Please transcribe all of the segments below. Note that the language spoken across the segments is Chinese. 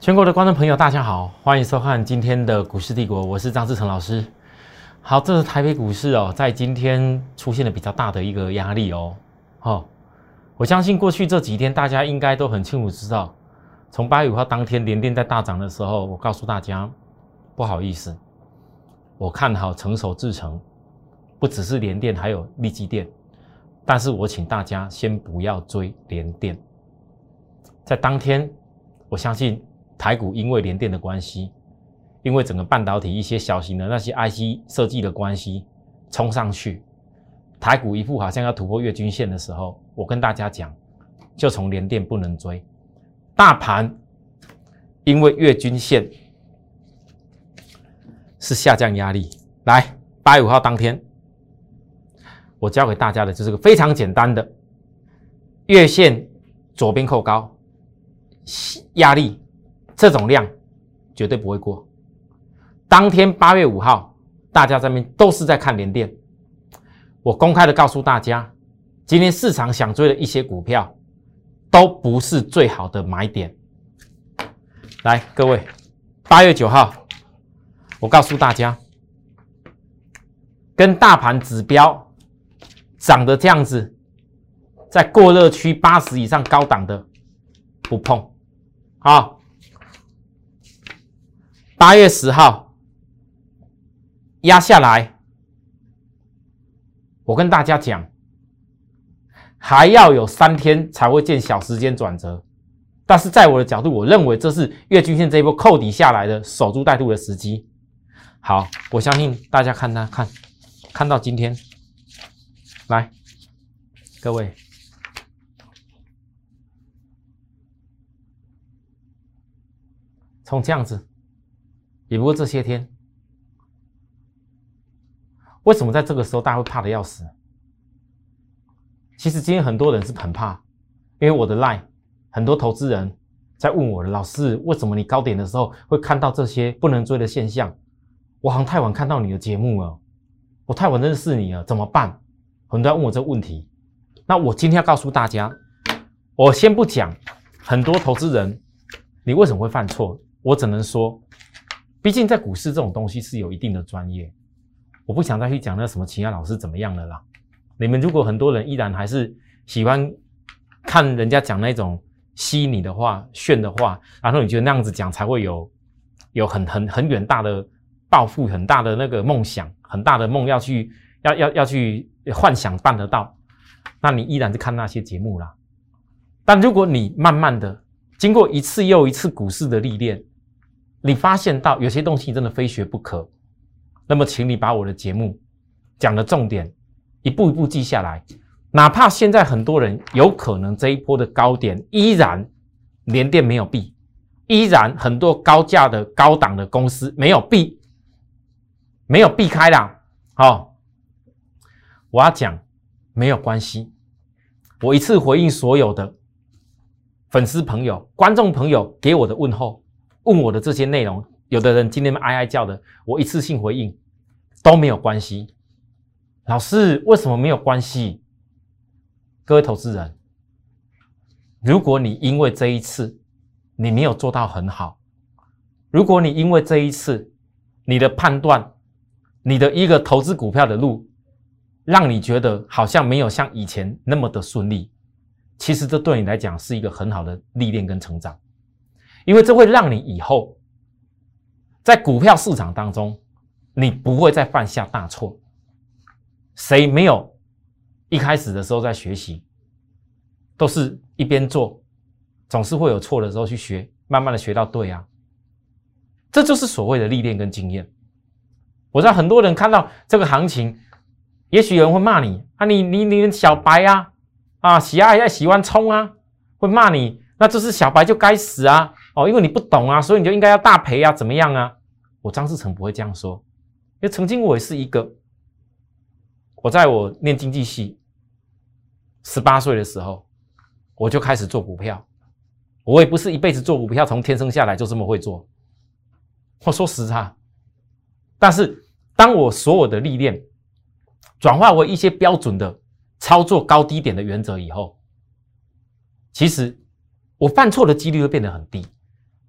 全国的观众朋友，大家好，欢迎收看今天的股市帝国，我是张志成老师。好，这是台北股市哦，在今天出现了比较大的一个压力哦。我相信过去这几天大家应该都很清楚知道，从8月5号当天联电在大涨的时候，我告诉大家，不好意思，我看好成熟制程，不只是联电，还有力积电，但是我请大家先不要追联电。在当天，我相信台股因为联电的关系，因为整个半导体一些小型的那些 IC 设计的关系冲上去，台股一副好像要突破月均线的时候，我跟大家讲，就从联电不能追，大盘因为月均线是下降压力。来，8月5号当天，我教给大家的就是个非常简单的月线左边扣高压力。这种量绝对不会过。当天8月5号，大家这边都是在看联电。我公开的告诉大家，今天市场想追的一些股票，都不是最好的买点。来，各位，8月9号，我告诉大家，跟大盘指标涨得这样子，在过热区80以上高档的不碰。好。8月10号压下来，我跟大家讲，还要有3天才会见小时间转折，但是在我的角度，我认为这是月均线这一波扣底下来的守株待兔的时机。好，我相信大家看到今天，来，各位，从这样子。也不过这些天，为什么在这个时候大家会怕得要死？其实今天很多人是很怕，因为我的 LINE 很多投资人在问我，老师，为什么你高点的时候会看到这些不能追的现象？我好像太晚看到你的节目了，我太晚认识你了，怎么办？很多人问我这个问题。那我今天要告诉大家，我先不讲很多投资人你为什么会犯错，我只能说，毕竟在股市这种东西是有一定的专业，我不想再去讲那什么其他老师怎么样了啦。你们如果很多人依然还是喜欢看人家讲那种吸引你的话、炫的话，然后你觉得那样子讲才会有很远大的抱负、很大的那个梦想、很大的梦要去幻想办得到，那你依然是看那些节目啦。但如果你慢慢的经过一次又一次股市的历练，你发现到有些东西真的非学不可，那么请你把我的节目讲的重点一步一步记下来，哪怕现在很多人有可能这一波的高点依然联电没有避，依然很多高价的高档的公司没有避开啦。我要讲没有关系，我一次回应所有的粉丝朋友、观众朋友给我的问候。问我的这些内容，有的人今天哀哀叫的，我一次性回应都没有关系。老师，为什么没有关系？各位投资人，如果你因为这一次你没有做到很好，如果你因为这一次你的判断，你的一个投资股票的路，让你觉得好像没有像以前那么的顺利，其实这对你来讲是一个很好的历练跟成长。因为这会让你以后在股票市场当中，你不会再犯下大错。谁没有一开始的时候在学习，都是一边做，总是会有错的时候去学，慢慢的学到对啊。这就是所谓的历练跟经验。我知道很多人看到这个行情，也许有人会骂你啊，你小白啊，喜欢冲啊，会骂你，那这是小白就该死啊。因为你不懂啊，所以你就应该要大赔啊，怎么样啊？我张志成不会这样说，因为曾经我也是一个，我在我念经济系18岁的时候，我就开始做股票，我也不是一辈子做股票，从天生下来就这么会做。我说实话，但是当我所有的历练转化为一些标准的操作高低点的原则以后，其实我犯错的几率会变得很低。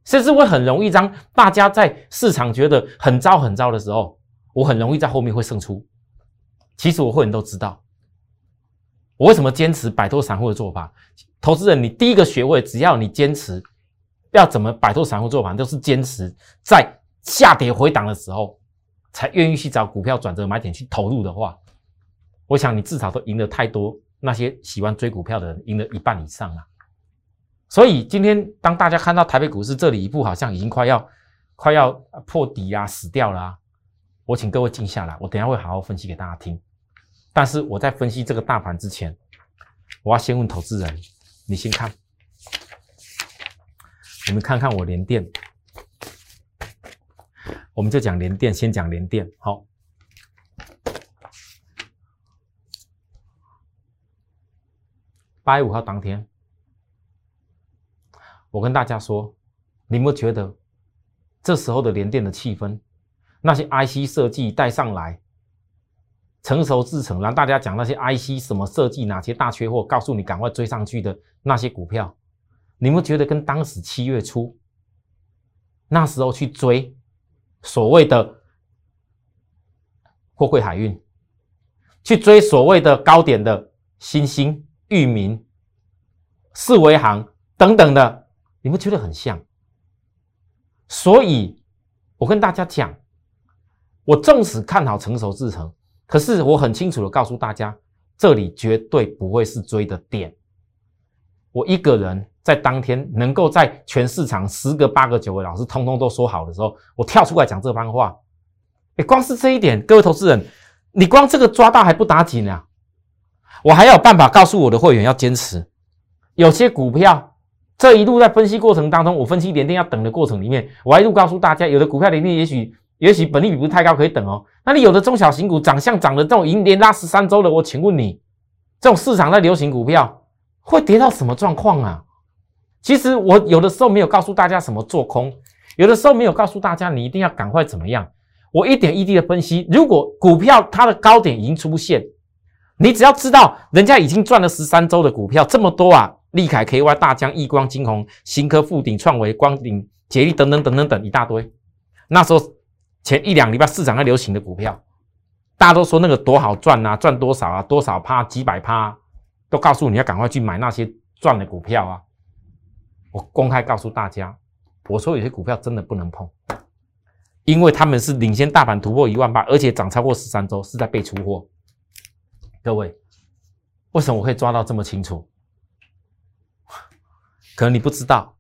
甚至会很容易让大家在市场觉得很糟很糟的时候，我很容易在后面会胜出。其实我会员都知道，我为什么坚持摆脱散户的做法。投资人，你第一个学会，只要你坚持要怎么摆脱散户做法，就是坚持在下跌回档的时候，才愿意去找股票转折买点去投入的话，我想你至少都赢了太多那些喜欢追股票的人，赢了一半以上啊。所以今天当大家看到台北股市这里一步好像已经快要破底啊，死掉了啊，我请各位静下来，我等一下会好好分析给大家听。但是我在分析这个大盘之前，我要先问投资人，你先看，我们看看我联电，我们就讲联电，先讲联电。好，8月5号当天，我跟大家说，你有没有觉得这时候的联电的气氛，那些 IC 设计带上来，成熟制程，让大家讲那些 IC 什么设计哪些大缺货，告诉你赶快追上去的那些股票，你有没有觉得跟当时7月初那时候去追所谓的货柜海运，去追所谓的高点的新兴、裕民、世维航等等的，你们觉得很像？所以我跟大家讲，我纵使看好成熟制程，可是我很清楚的告诉大家，这里绝对不会是追的点。我一个人在当天能够在全市场10个、8个、9个老师通通都说好的时候，我跳出来讲这番话。光是这一点，各位投资人，你光这个抓到还不打紧啊！我还有办法告诉我的会员要坚持。有些股票这一路在分析过程当中，我分析联电要等的过程里面，我还一路告诉大家，有的股票联电也许本益比不是太高，可以等哦。那你有的中小型股长相长的这种已经连拉13周了，我请问你，这种市场在流行股票会跌到什么状况啊？其实我有的时候没有告诉大家什么做空，有的时候没有告诉大家你一定要赶快怎么样。我一点一滴的分析，如果股票它的高点已经出现，你只要知道人家已经赚了13周的股票这么多啊，立凯、KY、大江、亿光、金鸿、新科、富鼎、创维、光鼎、捷力等等等等等一大堆。那时候前1、2礼拜市场在流行的股票，大家都说那个多好赚啊，赚多少啊，多少趴、几百趴啊，都告诉你要赶快去买那些赚的股票啊。我公开告诉大家，我说有些股票真的不能碰，因为他们是领先大盘突破18000，而且涨超过13周，是在被出货。各位，为什么我可以抓到这么清楚？可能你不知道，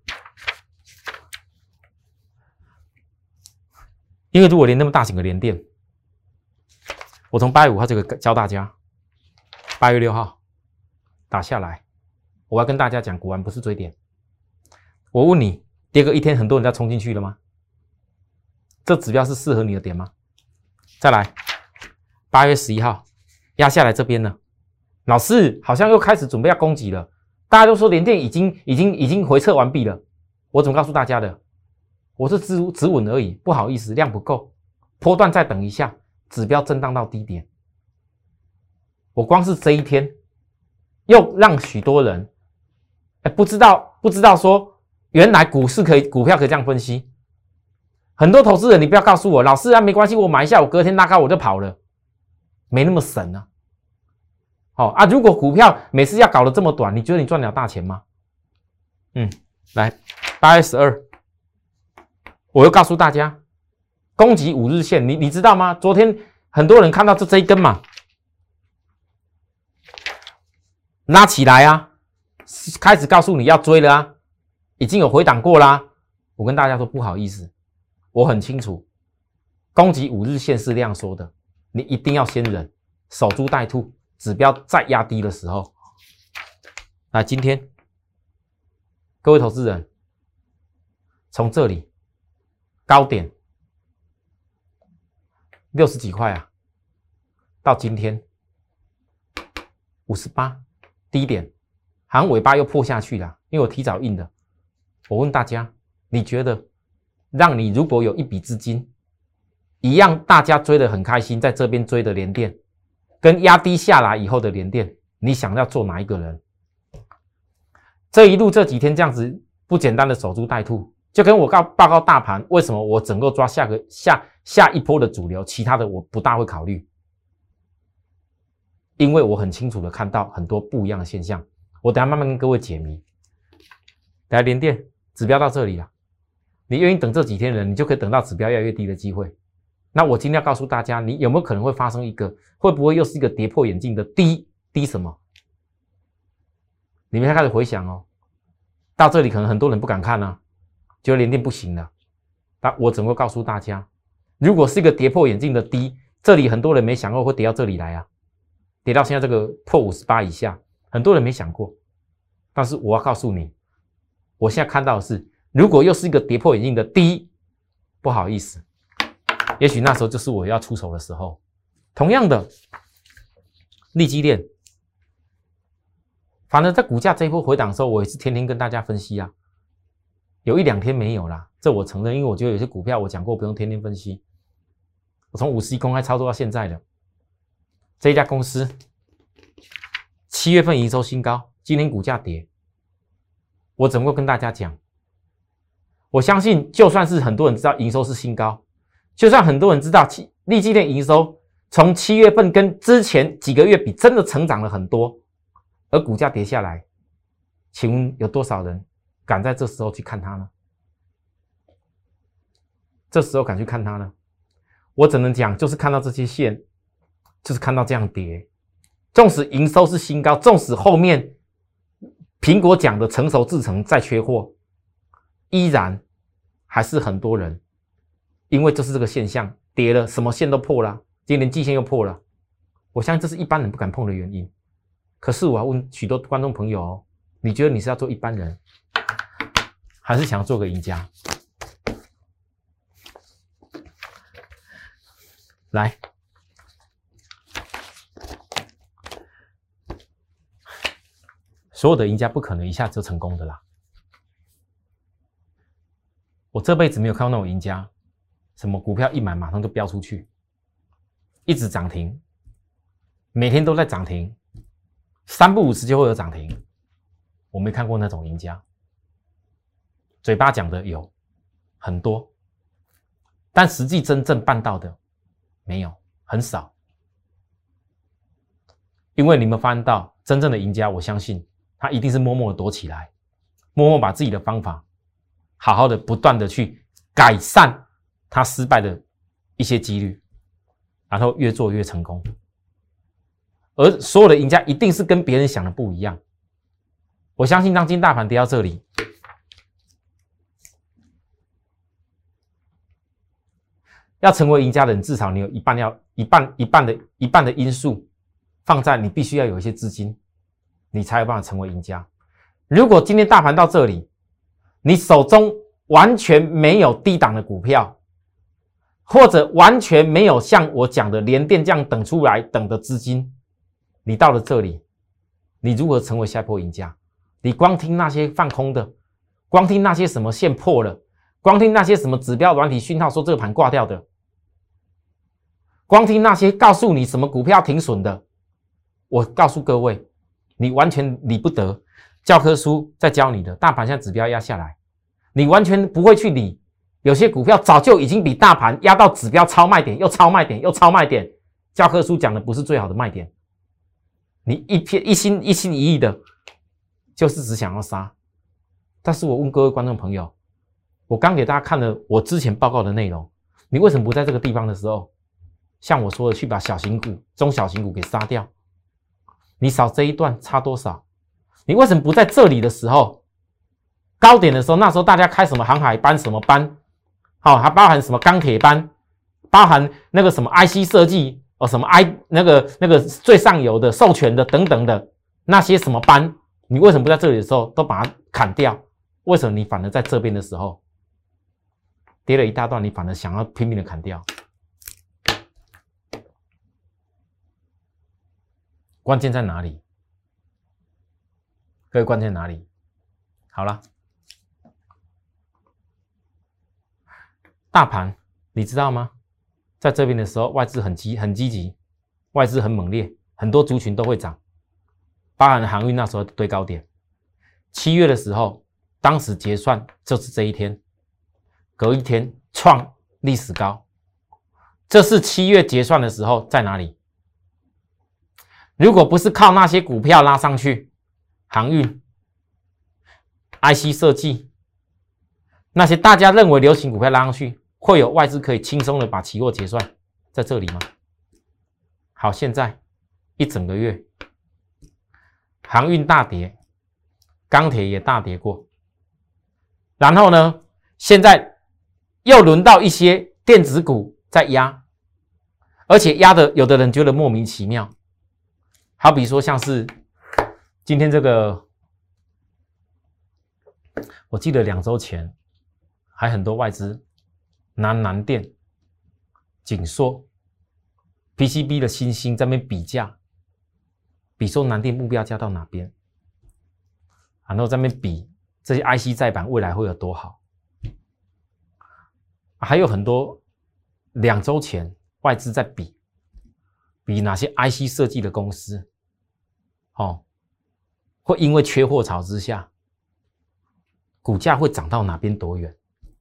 因为如果连那么大型的联电，我从8月5号这个教大家，8月6号打下来，我要跟大家讲，果然不是追点。我问你，跌个1天，很多人在冲进去了吗？这指标是适合你的点吗？再来，8月11号压下来这边呢，老师好像又开始准备要攻击了，大家都说联电已经回撤完毕了，我怎么告诉大家的？我是止稳而已，不好意思，量不够，波段再等一下，指标震荡到低点。我光是这一天，又让许多人不知道说，原来股票可以这样分析。很多投资人，你不要告诉我，老师啊，没关系，我买一下，我隔天拉高我就跑了，没那么神啊。如果股票每次要搞得这么短，你觉得你赚了大钱吗？来8月12，我又告诉大家，攻击5日线，你知道吗？昨天很多人看到这一根嘛，拉起来啊，开始告诉你要追了啊，已经有回档过啦。我跟大家说不好意思，我很清楚，攻击5日线是这样说的，你一定要先忍，守株待兔，指标再压低的时候。来，今天各位投资人，从这里高点60几块啊，到今天58，低点好像尾巴又破下去了，因为我提早印的。我问大家，你觉得让你如果有一笔资金，一样大家追得很开心，在这边追的联电，跟压低下来以后的联电，你想要做哪一个人？这一路这几天这样子不简单的守株待兔， 就跟我报告大盘，为什么我整个抓下一波的主流，其他的我不大会考虑，因为我很清楚的看到很多不一样的现象。我等一下慢慢跟各位解谜。来，联电指标到这里了，你愿意等这几天的人，你就可以等到指标越来越低的机会。那我今天要告诉大家，你有没有可能会发生一个，会不会又是一个跌破眼镜的低什么？你们开始回想哦，到这里可能很多人不敢看啊，觉得联电不行了。但我整个告诉大家，如果是一个跌破眼镜的低，这里很多人没想过会跌到这里来啊，跌到现在这个破58以下，很多人没想过。但是我要告诉你，我现在看到的是，如果又是一个跌破眼镜的低，不好意思，也许那时候就是我要出手的时候。同样的，利基电，反正在股价这一波回档的时候，我也是天天跟大家分析啊。有1-2天没有啦，这我承认，因为我觉得有些股票我讲过不用天天分析。我从51公开操作到现在的这一家公司，7月份营收新高，今天股价跌。我怎么会跟大家讲？我相信，就算是很多人知道营收是新高，就算很多人知道利基电营收从7月份跟之前几个月比，真的成长了很多。而股价跌下来，请问有多少人敢在这时候去看它呢？这时候敢去看它呢？我只能讲，就是看到这些线，就是看到这样跌。纵使营收是新高，纵使后面苹果讲的成熟制程再缺货，依然还是很多人，因为就是这个现象，跌了，什么线都破了，今年季线又破了。我相信这是一般人不敢碰的原因。可是我要问许多观众朋友哦，你觉得你是要做一般人，还是想要做个赢家？来，所有的赢家不可能一下子就成功的啦。我这辈子没有看到那种赢家，什么股票一买马上就飙出去，一直涨停，每天都在涨停。3不5时就会有涨停，我没看过那种赢家。嘴巴讲的有很多，但实际真正办到的没有，很少。因为你们发现到真正的赢家，我相信他一定是默默的躲起来，默默把自己的方法好好的不断的去改善他失败的一些几率，然后越做越成功。而所有的赢家一定是跟别人想的不一样。我相信当今大盘跌到这里，要成为赢家的人，至少你有一半的因素放在你必须要有一些资金，你才有办法成为赢家。如果今天大盘到这里，你手中完全没有低档的股票，或者完全没有像我讲的联电这样等出来等的资金，你到了这里，你如何成为下一波赢家？你光听那些放空的，光听那些什么线破了，光听那些什么指标软体讯号说这个盘挂掉的，光听那些告诉你什么股票停损的，我告诉各位，你完全理不得教科书在教你的。大盘现在指标压下来，你完全不会去理。有些股票早就已经比大盘压到指标超卖点，又超卖点，又超卖点。教科书讲的不是最好的卖点。你一心一意的，就是只想要杀。但是我问各位观众朋友，我刚给大家看了我之前报告的内容，你为什么不在这个地方的时候，像我说的去把小型股、中小型股给杀掉？你少这一段差多少？你为什么不在这里的时候，高点的时候，那时候大家开什么航海班、什么班，还包含什么钢铁班，包含那个什么 IC 设计。什么那个最上游的授权的等等的那些什么班，你为什么不在这里的时候都把它砍掉？为什么你反而在这边的时候跌了一大段，你反而想要拼命的砍掉？关键在哪里？各位，关键在哪里？好了，大盘你知道吗？在这边的时候，外资很积极，外资很猛烈，很多族群都会涨，包含航运那时候堆高点。7月的时候，当时结算就是这一天， 隔一天创历史高。这是7月结算的时候在哪里？如果不是靠那些股票拉上去，航运、IC 设计，那些大家认为流行股票拉上去，会有外资可以轻松的把期货结算在这里吗？好，现在一整个月，航运大跌，钢铁也大跌过，然后呢，现在又轮到一些电子股在压，而且压的有的人觉得莫名其妙，好比说像是今天这个，我记得2周前还很多外资拿南电、景硕、PCB 的新兴在那边比价，比说南电目标价到哪边，然后在那边比这些 IC 载板未来会有多好，还有很多2周前外资在比哪些 IC 设计的公司，会因为缺货潮之下，股价会涨到哪边多远？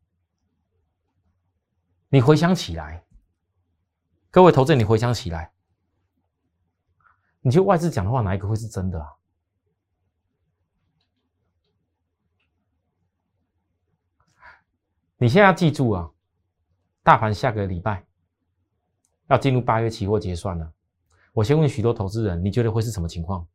你回想起来，各位投资人，你回想起来，你觉得外资讲的话哪一个会是真的啊？你现在要记住啊，大盘下个礼拜要进入8月期货结算了。我先问许多投资人，你觉得会是什么情况？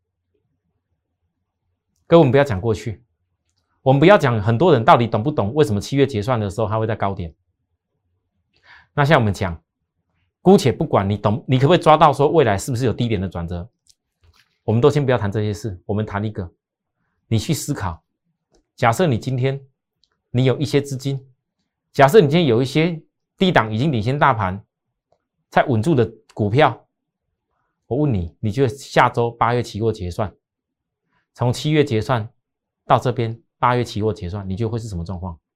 各位，我们不要讲过去，我们不要讲很多人到底懂不懂为什么7月结算的时候它会在高点。那像我们讲，姑且不管你懂，你可不可以抓到说未来是不是有低点的转折？我们都先不要谈这些事，我们谈一个，你去思考，假设你今天你有一些资金，假设你今天有一些低档已经领先大盘在稳住的股票，我问你，你觉得下周8月期货结算，从7月结算到这边8月期货结算，你觉得会是什么状况？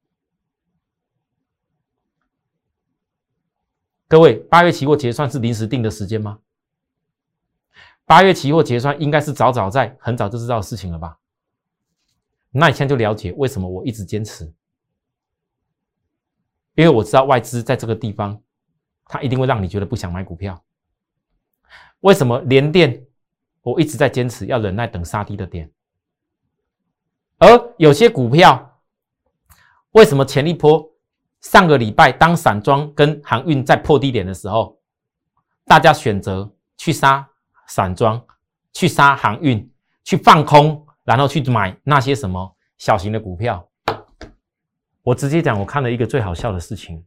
各位，8月期货结算是临时定的时间吗？8月期货结算应该是早在很早就知道的事情了吧？那你现在就了解为什么我一直坚持，因为我知道外资在这个地方，它一定会让你觉得不想买股票。为什么联电我一直在坚持要忍耐等杀低的点？而有些股票，为什么前一波上个礼拜当散装跟航运在破低点的时候，大家选择去杀散装，去杀航运，去放空，然后去买那些什么小型的股票？我直接讲，我看了一个最好笑的事情。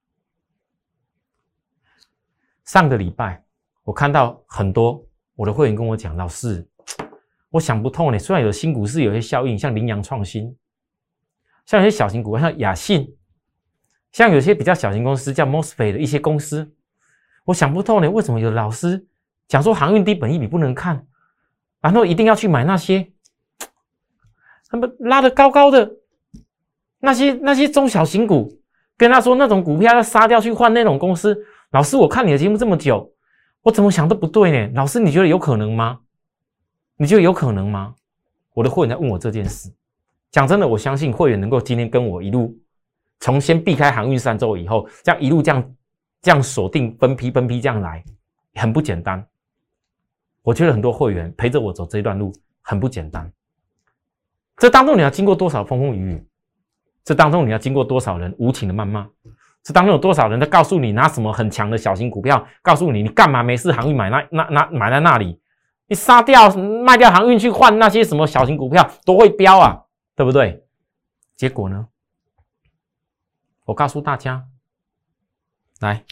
上个礼拜我看到很多我的会员跟我讲，老师，我想不通呢。虽然有新股市有些效应，像羚羊创新，像有些小型股像雅信，像有些比较小型公司叫 MOSFET 的一些公司，我想不透呢，为什么有老师讲说航运低本益比不能看，然后一定要去买那些他们拉得高高的那些中小型股，跟他说那种股票要杀掉去换那种公司。老师，我看你的节目这么久，我怎么想都不对呢？老师，你觉得有可能吗？你觉得有可能吗？我的会员在问我这件事。讲真的，我相信会员能够今天跟我一路从先避开航运3周以后，这样一路这样锁定分批这样来，很不简单。我觉得很多会员陪着我走这一段路很不简单。这当中你要经过多少风风雨雨？这当中你要经过多少人无情的谩骂？这当中有多少人在告诉你拿什么很强的小型股票，告诉你干嘛没事航运买买在那里？你杀掉卖掉航运去换那些什么小型股票，都会飙啊，对不对？结果呢？我告诉大家，来，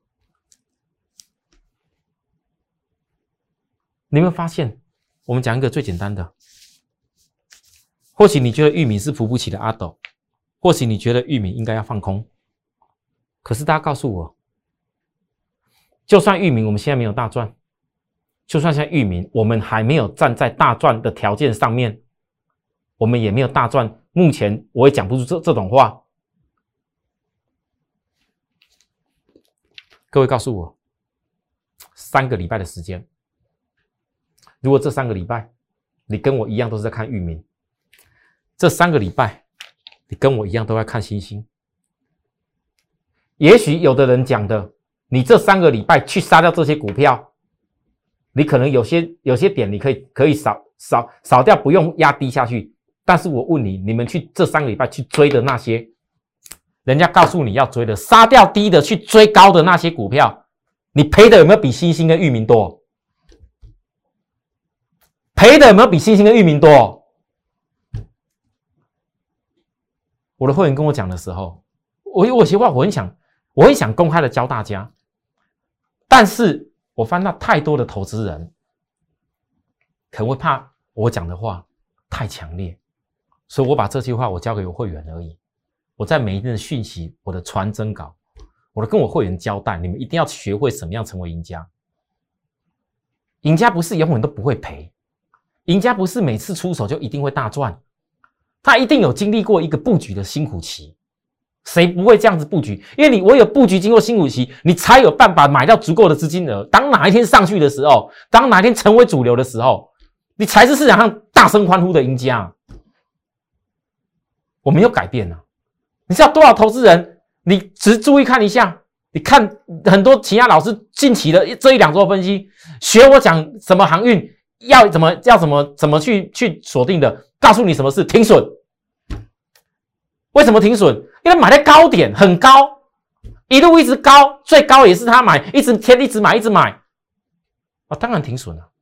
你有没有发现？我们讲一个最简单的，或许你觉得玉米是扶不起的阿斗，或许你觉得玉米应该要放空，可是大家告诉我，就算玉米我们现在没有大赚，就算现在玉米我们还没有站在大赚的条件上面，我们也没有大赚，目前我也讲不出这种话。各位告诉我，3个礼拜的时间，如果这3个礼拜你跟我一样都是在看玉米，这3个礼拜你跟我一样都在看星星， 也许有的人讲的，你这3个礼拜去杀掉这些股票，你可能有些点你可以少掉，不用压低下去。但是我问你，你们去这3个礼拜去追的那些，人家告诉你要追的，杀掉低的去追高的那些股票，你赔的有没有比星星跟裕民多？赔的有没有比星星跟裕民多？我的会员跟我讲的时候，我有些话我很想公开的教大家，但是我翻到太多的投资人可能会怕我讲的话太强烈，所以我把这句话我交给我会员而已。我在每一天的讯息，我的传真稿，我都跟我会员交代，你们一定要学会怎么样成为赢家。赢家不是永远都不会赔，赢家不是每次出手就一定会大赚，他一定有经历过一个布局的辛苦期。谁不会这样子布局？因为你唯有布局经过辛苦期，你才有办法买到足够的资金额。当哪一天上去的时候，当哪一天成为主流的时候，你才是市场上大声欢呼的赢家。我没有改变啊！你知道多少投资人？你只注意看一下，你看很多其他老师近期的这1-2周分析，学我讲什么航运要怎么去锁定的，告诉你什么是停损。为什么停损？因为买在高点很高，一路一直高，最高也是他买，一直买啊，当然停损了。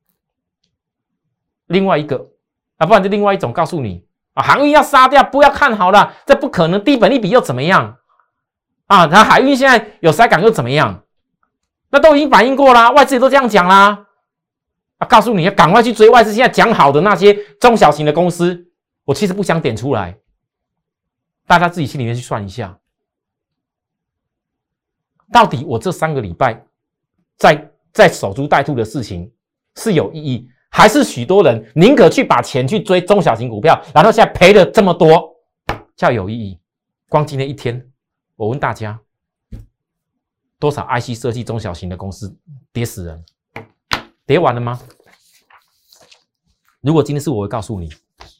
另外一个啊，不然就另外一种告诉你啊，航运要杀掉，不要看好了，这不可能，低本益比又怎么样啊？它海运现在有塞港又怎么样？那都已经反映过啦，外资也都这样讲啦。啊，告诉你要赶快去追外资现在讲好的那些中小型的公司，我其实不想点出来。大家自己心里面去算一下，到底我这3个礼拜在守株待兔的事情是有意义，还是许多人宁可去把钱去追中小型股票，然后现在赔了这么多，叫有意义？光今天一天，我问大家，多少 IC 设计中小型的公司跌死人？跌完了吗？如果今天是我会告诉你，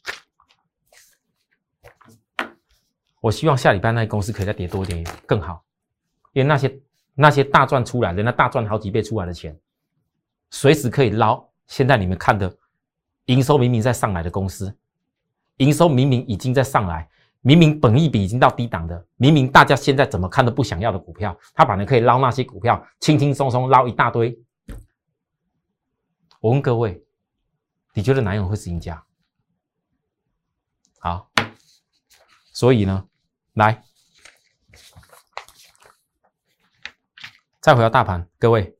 我希望下礼拜那些公司可以再跌多一点更好，因为那些大赚出来的，那大赚好几倍出来的钱，随时可以捞。现在你们看的营收明明在上来的公司，营收明明已经在上来，明明本益比已经到低档的，明明大家现在怎么看都不想要的股票，他反而可以捞那些股票，轻轻松松捞一大堆。我问各位，你觉得哪一种会是赢家？好，所以呢，来，再回到大盘，各位，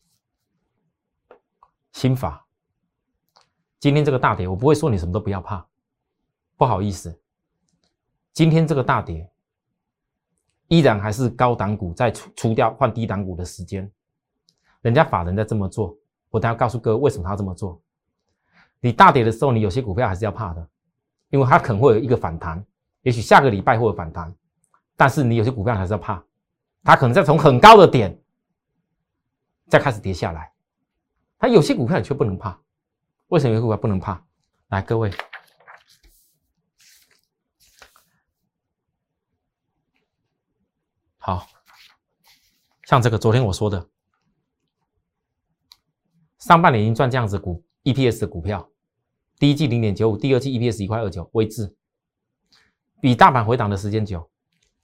心法，今天这个大跌，我不会说你什么都不要怕，不好意思，今天这个大跌，依然还是高档股在出掉换低档股的时间，人家法人在这么做，我等一下告诉各位为什么他这么做。你大跌的时候，你有些股票还是要怕的，因为它可能会有一个反弹。也许下个礼拜会有反弹，但是你有些股票还是要怕，它可能再从很高的点再开始跌下来。它有些股票你却不能怕，为什么有些股票不能怕？来，各位，好，像这个昨天我说的，上半年已经赚这样子EPS 的股票，第一季 0.95， 第二季 EPS 1.29，微智。比大盘回档的时间久，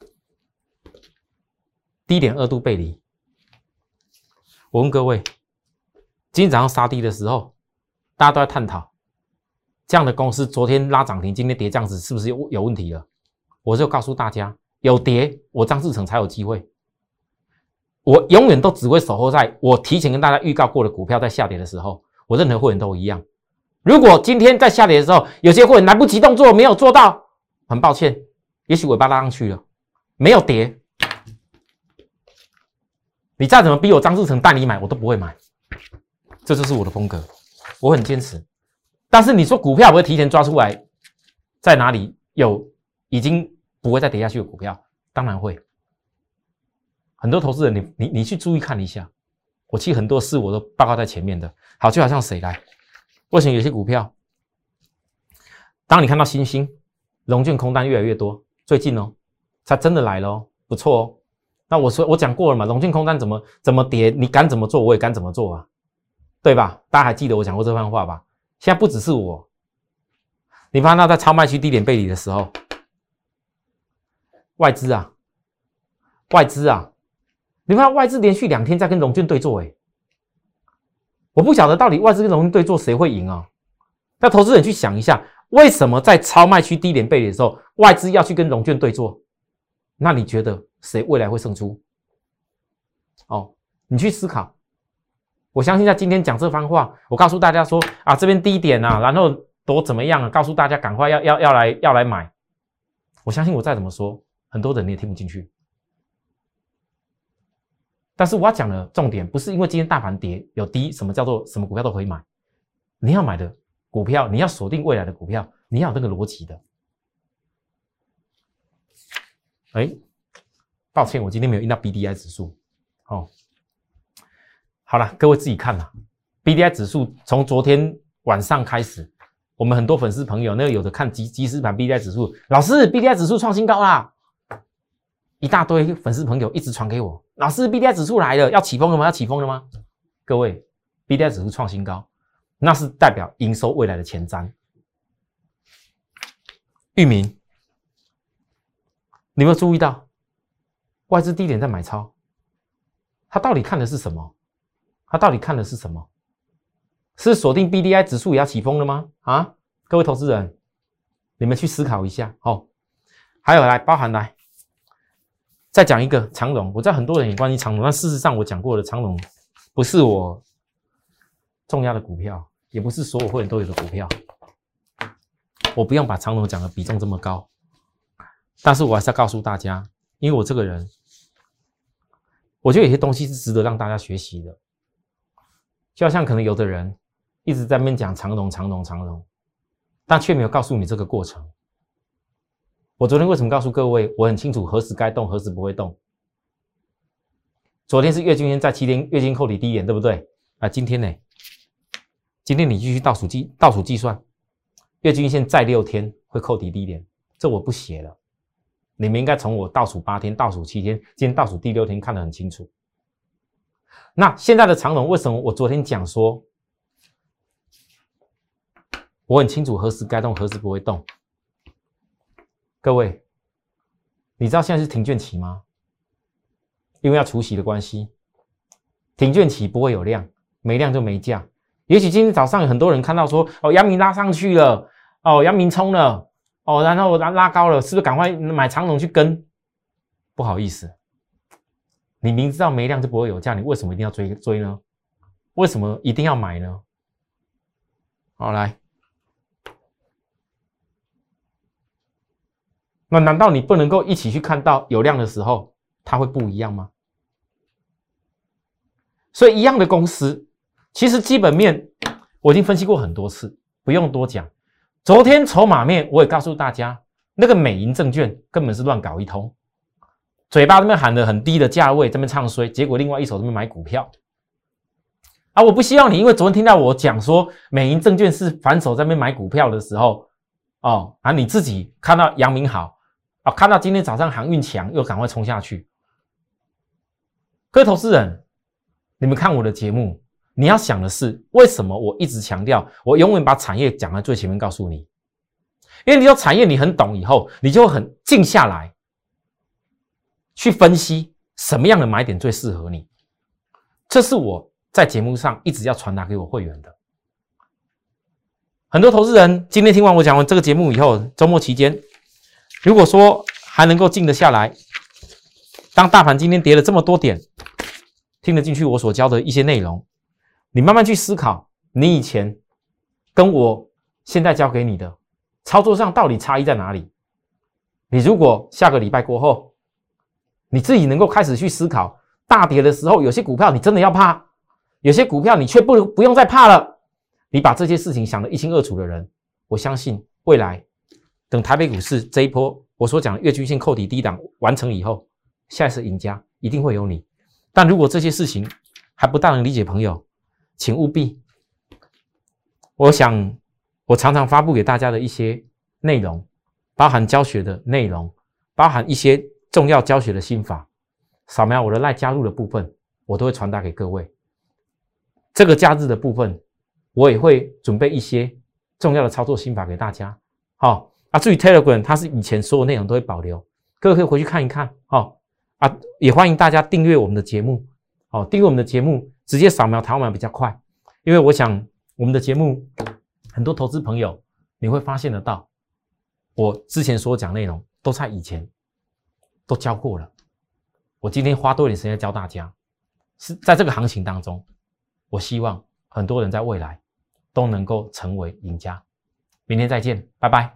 低点2度背离。我问各位，今天早上杀低的时候，大家都在探讨这样的公司昨天拉涨停，今天跌这样子是不是有问题了？我就告诉大家，有跌，我张志成才有机会。我永远都只会守候在我提前跟大家预告过的股票在下跌的时候，我任何会员都一样。如果今天在下跌的时候，有些会员来不及动作，没有做到，很抱歉，也许尾巴拉上去了，没有跌。你再怎么逼我张志成带你买，我都不会买，这就是我的风格，我很坚持。但是你说股票不会提前抓出来，在哪里有已经不会再跌下去的股票，当然会。很多投资人，你去注意看一下，我其实很多事我都报告在前面的。好，就好像谁来？为什么有些股票，当你看到新兴融券空单越来越多，最近哦，它真的来了哦，不错哦。 那我讲过了嘛，融券空单怎么跌，你敢怎么做，我也敢怎么做啊，对吧？大家还记得我讲过这番话吧？现在不只是我，你发现到在超卖区低点背离的时候，外资啊，你看外资连续2天在跟融券对做，我不晓得到底外资跟融券对做谁会赢啊？那投资人去想一下，为什么在超卖区低点背离的时候，外资要去跟融券对做？那你觉得谁未来会胜出？哦，你去思考。我相信在今天讲这番话，我告诉大家说啊，这边低点啊，然后都怎么样啊？告诉大家赶快要来买。我相信我再怎么说，很多人你也听不进去。但是我要讲的重点不是因为今天大盘跌有低，什么叫做什么股票都可以买。你要买的股票，你要锁定未来的股票，你要有这个逻辑的。抱歉，我今天没有印到 BDI 指数。哦，好了，各位自己看啦。BDI 指数从昨天晚上开始，我们很多粉丝朋友，那个有的看即时盘 BDI 指数，老师 BDI 指数创新高啦，一大堆粉丝朋友一直传给我，老师 BDI 指数来了，要起风了吗？要起风了吗？各位 ，BDI 指数创新高，那是代表营收未来的前瞻。裕民，你有没有注意到？外资低点在买超，他到底看的是什么？是锁定 BDI 指数也要起风了吗？啊，各位投资人，你们去思考一下哦。还有包含再讲一个长荣，我知道很多人也关心长荣，但事实上我讲过的长荣不是我重要的股票，也不是所有会员都有的股票，我不用把长荣讲的比重这么高，但是我还是要告诉大家，因为我这个人。我觉得有些东西是值得让大家学习的，就好像可能有的人一直在那边讲长荣，但却没有告诉你这个过程。我昨天为什么告诉各位，我很清楚何时该动，何时不会动。昨天是月均线在7天月均扣底低点，对不对？啊，今天呢？今天你继续倒数计算，月均线再6天会扣底低点，这我不写了。你们应该从我倒数8天、倒数7天，今天倒数第6天看得很清楚。那现在的长荣为什么我昨天讲说，我很清楚何时该动，何时不会动？各位，你知道现在是停券期吗？因为要除息的关系，停券期不会有量，没量就没价。也许今天早上有很多人看到说，哦，阳明拉上去了，哦，阳明冲了。哦，然后拉高了，是不是赶快买长荣去跟？不好意思，你明知道没量就不会有价，你为什么一定要追呢？为什么一定要买呢？好，来，那难道你不能够一起去看到有量的时候，它会不一样吗？所以一样的公司，其实基本面我已经分析过很多次，不用多讲。昨天筹码面我也告诉大家，那个美银证券根本是乱搞一通，嘴巴这边喊的很低的价位，这边唱衰，结果另外一手这边买股票。啊，我不希望你因为昨天听到我讲说美银证券是反手在那边买股票的时候，你自己看到阳明好，看到今天早上航运强，又赶快冲下去。各位投资人，你们看我的节目。你要想的是，为什么我一直强调，我永远把产业讲在最前面告诉你？因为你说产业你很懂以后，你就会很静下来，去分析什么样的买点最适合你。这是我在节目上一直要传达给我会员的。很多投资人今天听完我讲完这个节目以后，周末期间，如果说还能够静得下来，当大盘今天跌了这么多点，听得进去我所教的一些内容。你慢慢去思考，你以前跟我现在教给你的操作上到底差异在哪里？你如果下个礼拜过后，你自己能够开始去思考，大跌的时候，有些股票你真的要怕，有些股票你却不用再怕了。你把这些事情想得一清二楚的人，我相信未来等台北股市这一波我所讲的月均线扣底低档完成以后，下一次赢家一定会有你。但如果这些事情还不大能理解朋友，请务必，我想我常常发布给大家的一些内容，包含教学的内容，包含一些重要教学的心法， 扫描我的赖加入的部分，我都会传达给各位。这个假日的部分，我也会准备一些重要的操作心法给大家。好至于 Telegram， 它是以前所有内容都会保留，各位可以回去看一看。也欢迎大家订阅我们的节目。订阅我们的节目，直接扫描台湾码比较快，因为我想我们的节目很多投资朋友你会发现得到，我之前所讲内容都在以前都教过了。我今天花多一点时间教大家，是在这个行情当中，我希望很多人在未来都能够成为赢家。明天再见，拜拜。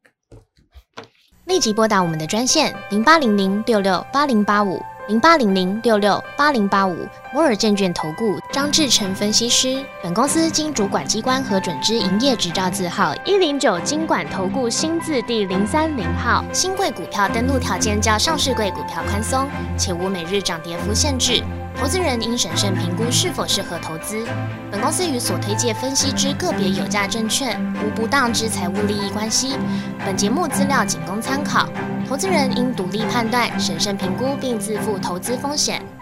立即拨打我们的专线0800668085 0800668085摩尔证券投顾张志成分析师。本公司经主管机关核准之营业执照字号109金管投顾新字第030号。新贵股票登录条件较上市贵股票宽松，且无每日涨跌幅限制。投资人应审慎评估是否适合投资。本公司与所推介分析之个别有价证券无不当之财务利益关系。本节目资料仅供参考，投资人应独立判断、审慎评估并自负投资风险。